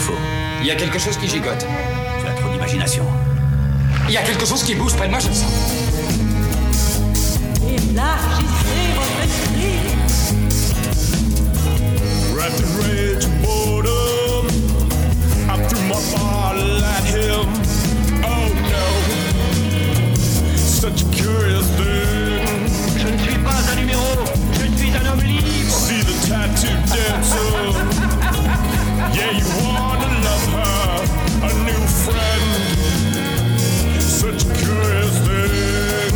faut. Il y a quelque chose qui gigote. Tu as trop d'imagination. Il y a quelque chose qui bouge près de moi, je le sens. Élargissez votre esprit. Wrapped in rage and boredom, I threw my bottle at him. Oh no, such a curious thing. Je ne suis pas un numéro, je suis un homme libre. See the tattooed dancer. Yeah, you wanna love her, a new friend. Such a curious thing.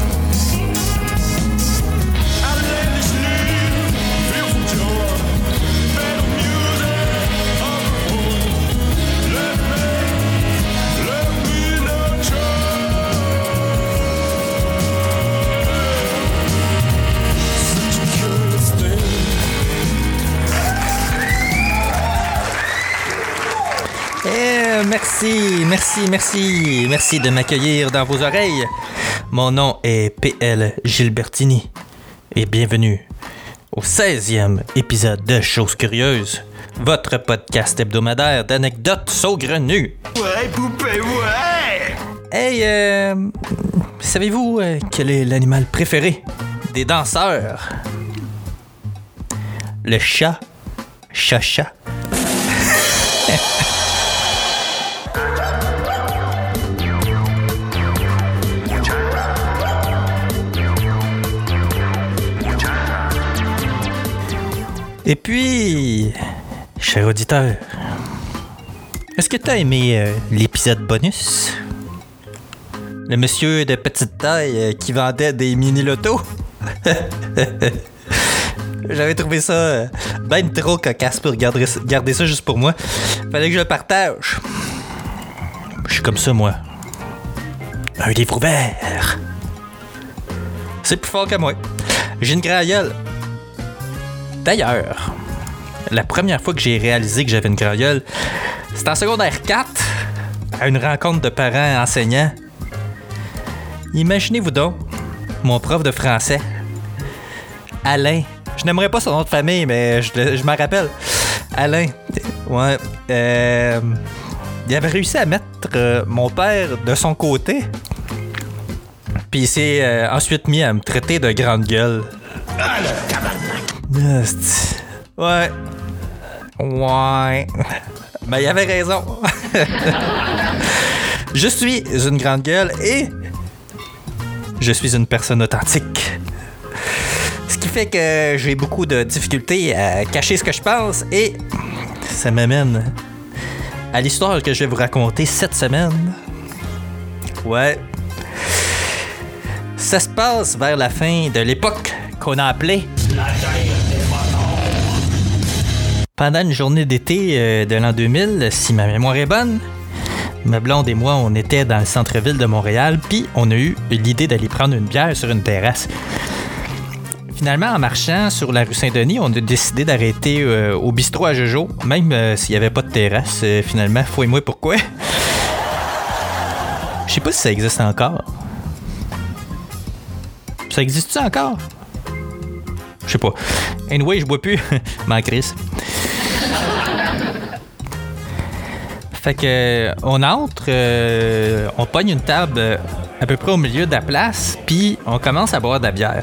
Outlandishly, fearful joy, better music of the moon. Let me nurture. Such a curious thing. Merci de m'accueillir dans vos oreilles. Mon nom est PL Gilbertini et bienvenue au 16e épisode de Choses Curieuses, votre podcast hebdomadaire d'anecdotes saugrenues. Ouais, poupée, ouais! Hey, savez-vous quel est l'animal préféré des danseurs? Le chat. Chacha. Et puis, cher auditeur, est-ce que t'as aimé l'épisode bonus? Le monsieur de petite taille qui vendait des mini-lotos? J'avais trouvé ça ben trop cocasse pour garder ça juste pour moi. Fallait que je le partage. Je suis comme ça, moi. Un livre ouvert. C'est plus fort que moi. J'ai une grailleule. D'ailleurs, la première fois que j'ai réalisé que j'avais une grailleule, c'était en secondaire 4, à une rencontre de parents enseignants. Imaginez-vous donc, mon prof de français, Alain. Je n'aimerais pas son nom de famille, mais je m'en rappelle. Alain. Ouais. Il avait réussi à mettre mon père de son côté. Puis il s'est ensuite mis à me traiter de grande gueule. Ouais. Ben, il avait raison. Je suis une grande gueule et je suis une personne authentique. Ce qui fait que j'ai beaucoup de difficultés à cacher ce que je pense et ça m'amène à l'histoire que je vais vous raconter cette semaine. Ouais. Ça se passe vers la fin de l'époque qu'on a appelée pendant une journée d'été de l'an 2000, si ma mémoire est bonne. Ma blonde et moi, on était dans le centre-ville de Montréal, puis on a eu l'idée d'aller prendre une bière sur une terrasse. Finalement, en marchant sur la rue Saint-Denis, on a décidé d'arrêter au bistrot à Jojo, même s'il n'y avait pas de terrasse. Finalement, fouille-moi pourquoi. Je sais pas si ça existe encore. Ça existe-tu encore? Je sais pas. Anyway, je bois plus. M'en crisse. Fait que on entre, on pogne une table à peu près au milieu de la place, puis on commence à boire de la bière.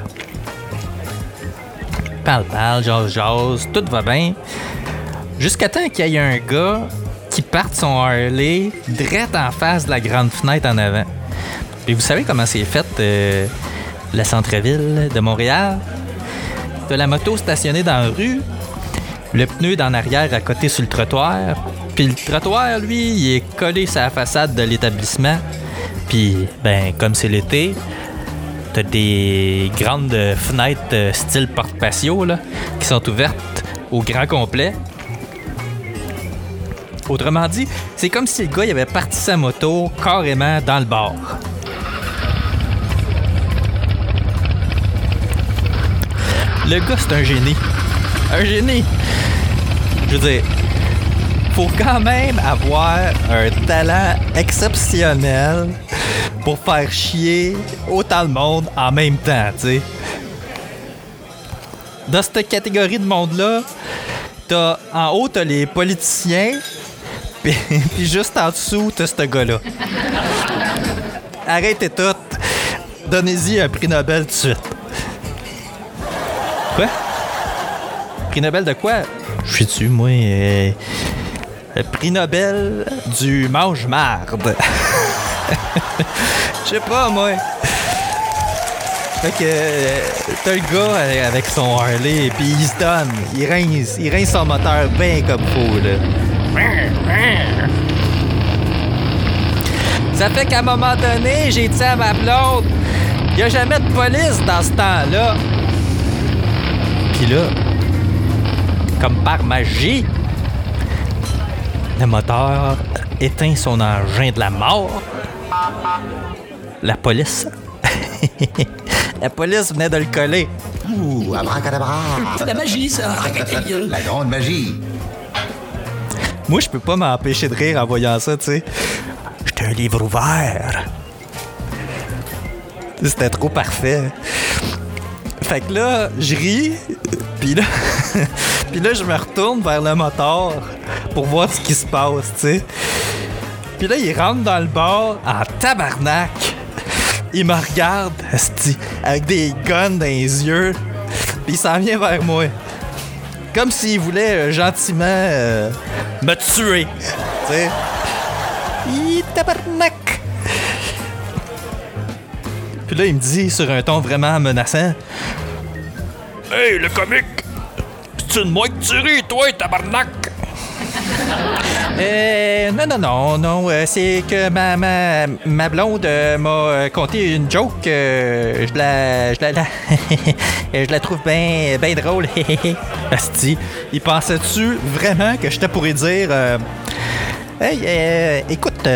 Parle, jase, tout va bien. Jusqu'à temps qu'il y ait un gars qui parte son Harley direct en face de la grande fenêtre en avant. Puis vous savez comment c'est fait, le centre-ville de Montréal? T'as la moto stationnée dans la rue, le pneu d'en arrière à côté sur le trottoir, puis le trottoir, lui, il est collé sur la façade de l'établissement. Puis, ben, comme c'est l'été, t'as des grandes fenêtres style porte-patio, là, qui sont ouvertes au grand complet. Autrement dit, c'est comme si le gars il avait parti sa moto carrément dans le bar. Le gars, c'est un génie. Un génie! Je veux dire, faut quand même avoir un talent exceptionnel pour faire chier autant de monde en même temps, tu sais. Dans cette catégorie de monde-là, en haut, t'as les politiciens, Puis juste en dessous, t'as ce gars-là. Arrêtez tout. Donnez-y un prix Nobel tout de suite. Quoi? Prix Nobel de quoi? Je suis dessus, moi. Le prix Nobel du mange-marde. Je sais pas, moi. Fait que t'as le gars avec son Harley, puis il se donne. Il rince son moteur bien comme faut, là. Ça fait qu'à un moment donné, j'ai dit à ma blonde, il n'y a jamais de police dans ce temps-là. Puis là, comme par magie, le moteur éteint son engin de la mort. La police. La police venait de le coller. Ouh, abracadabra. C'est la magie, ça. La grande magie. Moi, je peux pas m'empêcher de rire en voyant ça, tu sais. J'étais un livre ouvert. C'était trop parfait. Fait que là, je ris, puis là, puis là, je me retourne vers le moteur pour voir ce qui se passe, tu sais. Puis là, il rentre dans le bar en tabarnak. Il me regarde, esti, avec des guns dans les yeux, puis il s'en vient vers moi. Comme s'il voulait gentiment me tuer, tu sais. Tabarnak! Puis là, il me dit sur un ton vraiment menaçant, « Hey, le comique! C'est une moi que tu ris, toi, tabarnak! » Non, c'est que ma blonde m'a conté une joke. Je la trouve bien drôle. Asti, il pensait-tu vraiment que j'étais pour lui dire hey, écoute,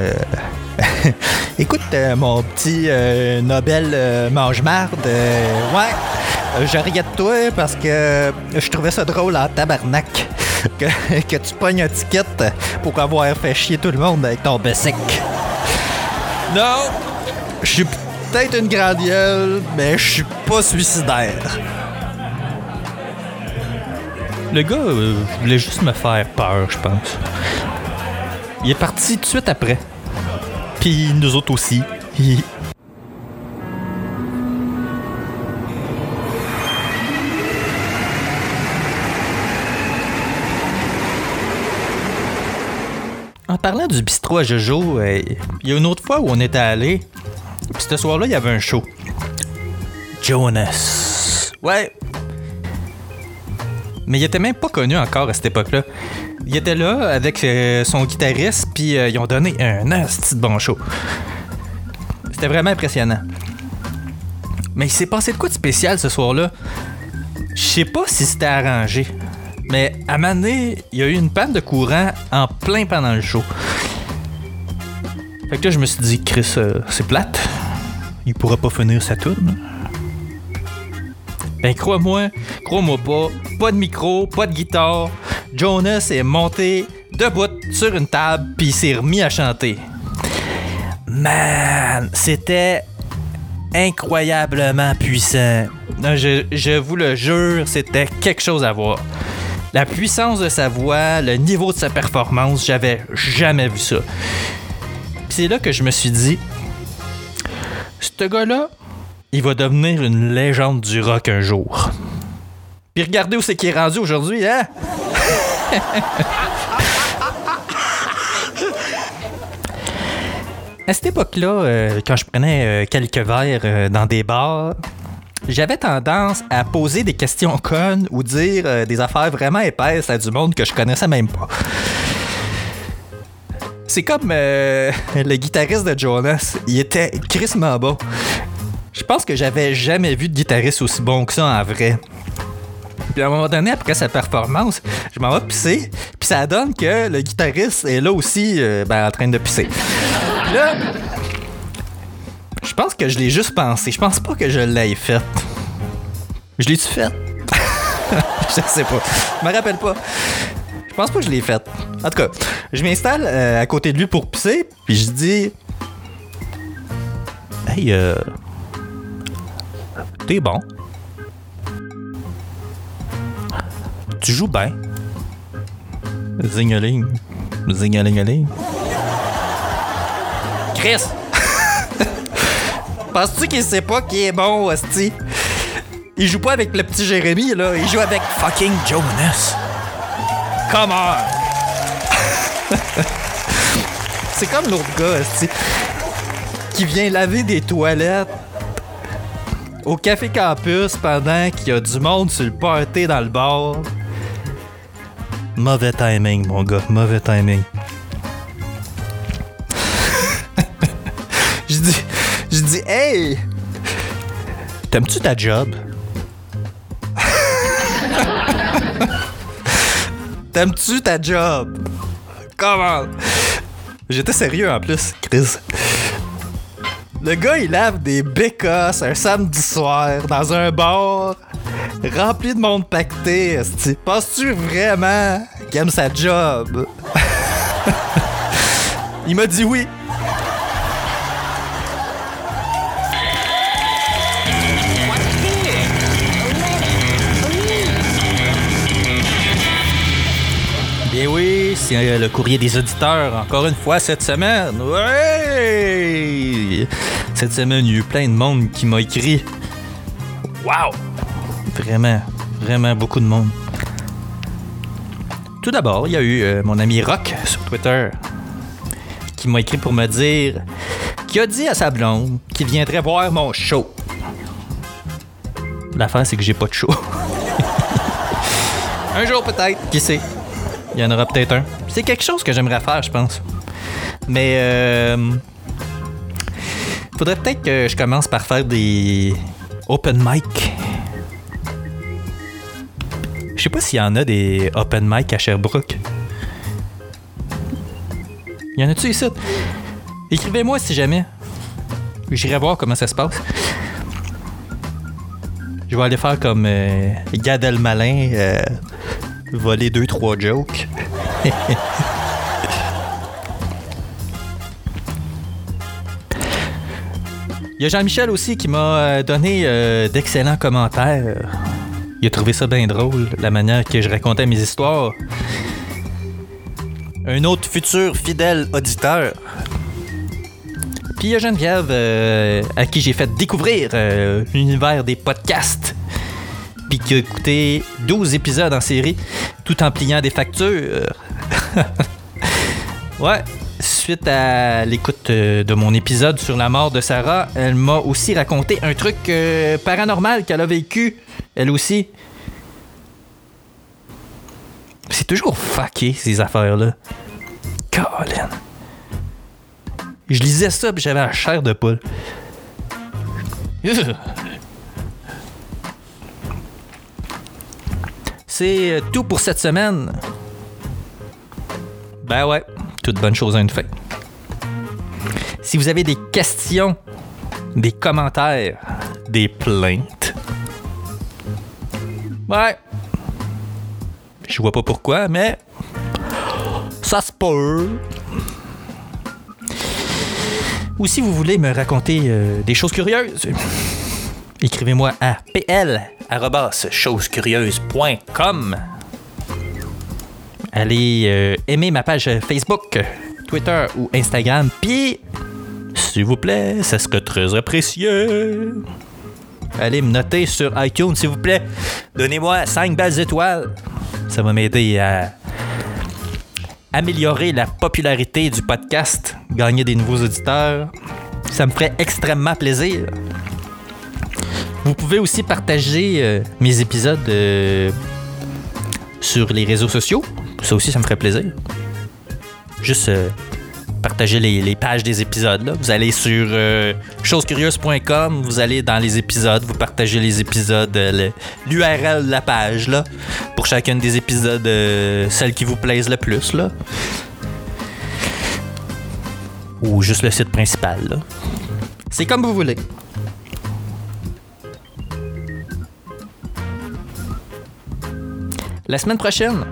mon petit Nobel mange-marde, ouais, je riais de toi parce que je trouvais ça drôle en tabarnak. Que tu pognes un ticket pour avoir fait chier tout le monde avec ton basic. Non, je suis peut-être une grande gueule, mais je suis pas suicidaire. Le gars voulait juste me faire peur, je pense. Il est parti tout de suite après. Puis nous autres aussi. En parlant du bistrot à Jojo, il y a une autre fois où on était allé, puis ce soir-là, il y avait un show. Jonas. Ouais. Mais il était même pas connu encore à cette époque-là. Il était là avec son guitariste, puis ils ont donné un asti de bon show. C'était vraiment impressionnant. Mais il s'est passé de quoi de spécial ce soir-là? Je sais pas si c'était arrangé. Mais à un moment donné, il y a eu une panne de courant en plein pendant le show. Fait que là, je me suis dit, Chris, c'est plate. Il pourra pas finir sa tourne. Ben, crois-moi pas de micro, pas de guitare. Jonas est monté debout sur une table, puis il s'est remis à chanter. Man, c'était incroyablement puissant. Non, je vous le jure, c'était quelque chose à voir. La puissance de sa voix, le niveau de sa performance, j'avais jamais vu ça. Puis c'est là que je me suis dit, ce gars-là, il va devenir une légende du rock un jour. Puis regardez où c'est qu'il est rendu aujourd'hui, hein? À cette époque-là, quand je prenais quelques verres dans des bars, j'avais tendance à poser des questions connes ou dire des affaires vraiment épaisses à du monde que je connaissais même pas. C'est comme le guitariste de Jonas, il était crissement bon. Je pense que j'avais jamais vu de guitariste aussi bon que ça en vrai. Puis à un moment donné, après sa performance, je m'en vais pisser, puis ça donne que le guitariste est là aussi en train de pisser. Puis là, je pense que je l'ai juste pensé. Je pense pas que je l'ai fait. Je l'ai-tu fait? Je sais pas. Je me rappelle pas. Je pense pas que je l'ai fait. En tout cas, je m'installe à côté de lui pour pisser, puis je dis... Hey, t'es bon. Tu joues bien. Zingling. Zingalingaling. Chris! Penses-tu qu'il sait pas qu'il est bon, hostie? Il joue pas avec le petit Jérémy, là. Il joue avec fucking Jonas. Come on! C'est comme l'autre gars, hostie, qui vient laver des toilettes au Café Campus pendant qu'il y a du monde sur le party dans le bar. Mauvais timing, mon gars. Mauvais timing. Je dis, hey! T'aimes-tu ta job? T'aimes-tu ta job? Comment? J'étais sérieux en plus, Chris. Le gars, il lave des bécosses un samedi soir dans un bar rempli de monde pacté. Esti. Penses-tu vraiment qu'il aime sa job? Il m'a dit oui. Bien oui, c'est le courrier des auditeurs, encore une fois cette semaine. Ouais! Cette semaine, il y a eu plein de monde qui m'a écrit. Wow! Vraiment, vraiment beaucoup de monde. Tout d'abord, il y a eu mon ami Rock sur Twitter qui m'a écrit pour me dire qu'il a dit à sa blonde qu'il viendrait voir mon show. L'affaire, c'est que j'ai pas de show. Un jour peut-être, qui sait? Il y en aura peut-être un. C'est quelque chose que j'aimerais faire, je pense. Mais faudrait peut-être que je commence par faire des open mic. Je sais pas s'il y en a des open mic à Sherbrooke. Y en a-tu ici? Écrivez-moi si jamais. J'irai voir comment ça se passe. Je vais aller faire comme Gad Elmaleh, voler 2-3 jokes. Il y a Jean-Michel aussi qui m'a donné d'excellents commentaires. Il a trouvé ça bien drôle, la manière que je racontais mes histoires. Un autre futur fidèle auditeur. Puis il y a Geneviève à qui j'ai fait découvrir l'univers des podcasts. Puis qui a écouté 12 épisodes en série, tout en pliant des factures. Ouais, suite à l'écoute de mon épisode sur la mort de Sarah, elle m'a aussi raconté un truc paranormal qu'elle a vécu, elle aussi. C'est toujours fucké, ces affaires-là. Colin. Je lisais ça, puis j'avais la chair de poule. C'est tout pour cette semaine. Ben ouais, toute bonne chose a une fin. Si vous avez des questions, des commentaires, des plaintes, ouais, je vois pas pourquoi, mais ça se peut. Ou si vous voulez me raconter des choses curieuses, écrivez-moi à pl@chosescurieuses.com. Allez aimer ma page Facebook, Twitter ou Instagram. Puis, s'il vous plaît, ça serait très apprécié. Allez me noter sur iTunes, s'il vous plaît. Donnez-moi 5 belles étoiles. Ça va m'aider à améliorer la popularité du podcast, gagner des nouveaux auditeurs. Ça me ferait extrêmement plaisir. Vous pouvez aussi partager mes épisodes sur les réseaux sociaux. Ça aussi, ça me ferait plaisir. Juste partager les pages des épisodes. Là. Vous allez sur chosescurieuses.com, vous allez dans les épisodes, vous partagez les épisodes, l'URL de la page, là, pour chacun des épisodes, celles qui vous plaisent le plus. Là. Ou juste le site principal. Là. C'est comme vous voulez. La semaine prochaine,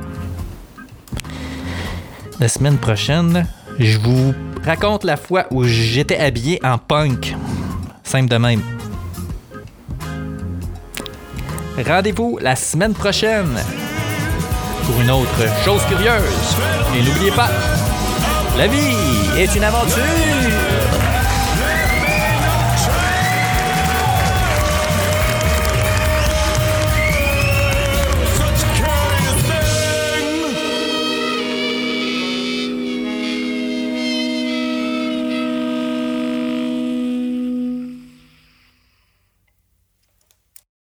je vous raconte la fois où j'étais habillé en punk. Simple de même. Rendez-vous la semaine prochaine pour une autre chose curieuse. Et n'oubliez pas, La vie est une aventure!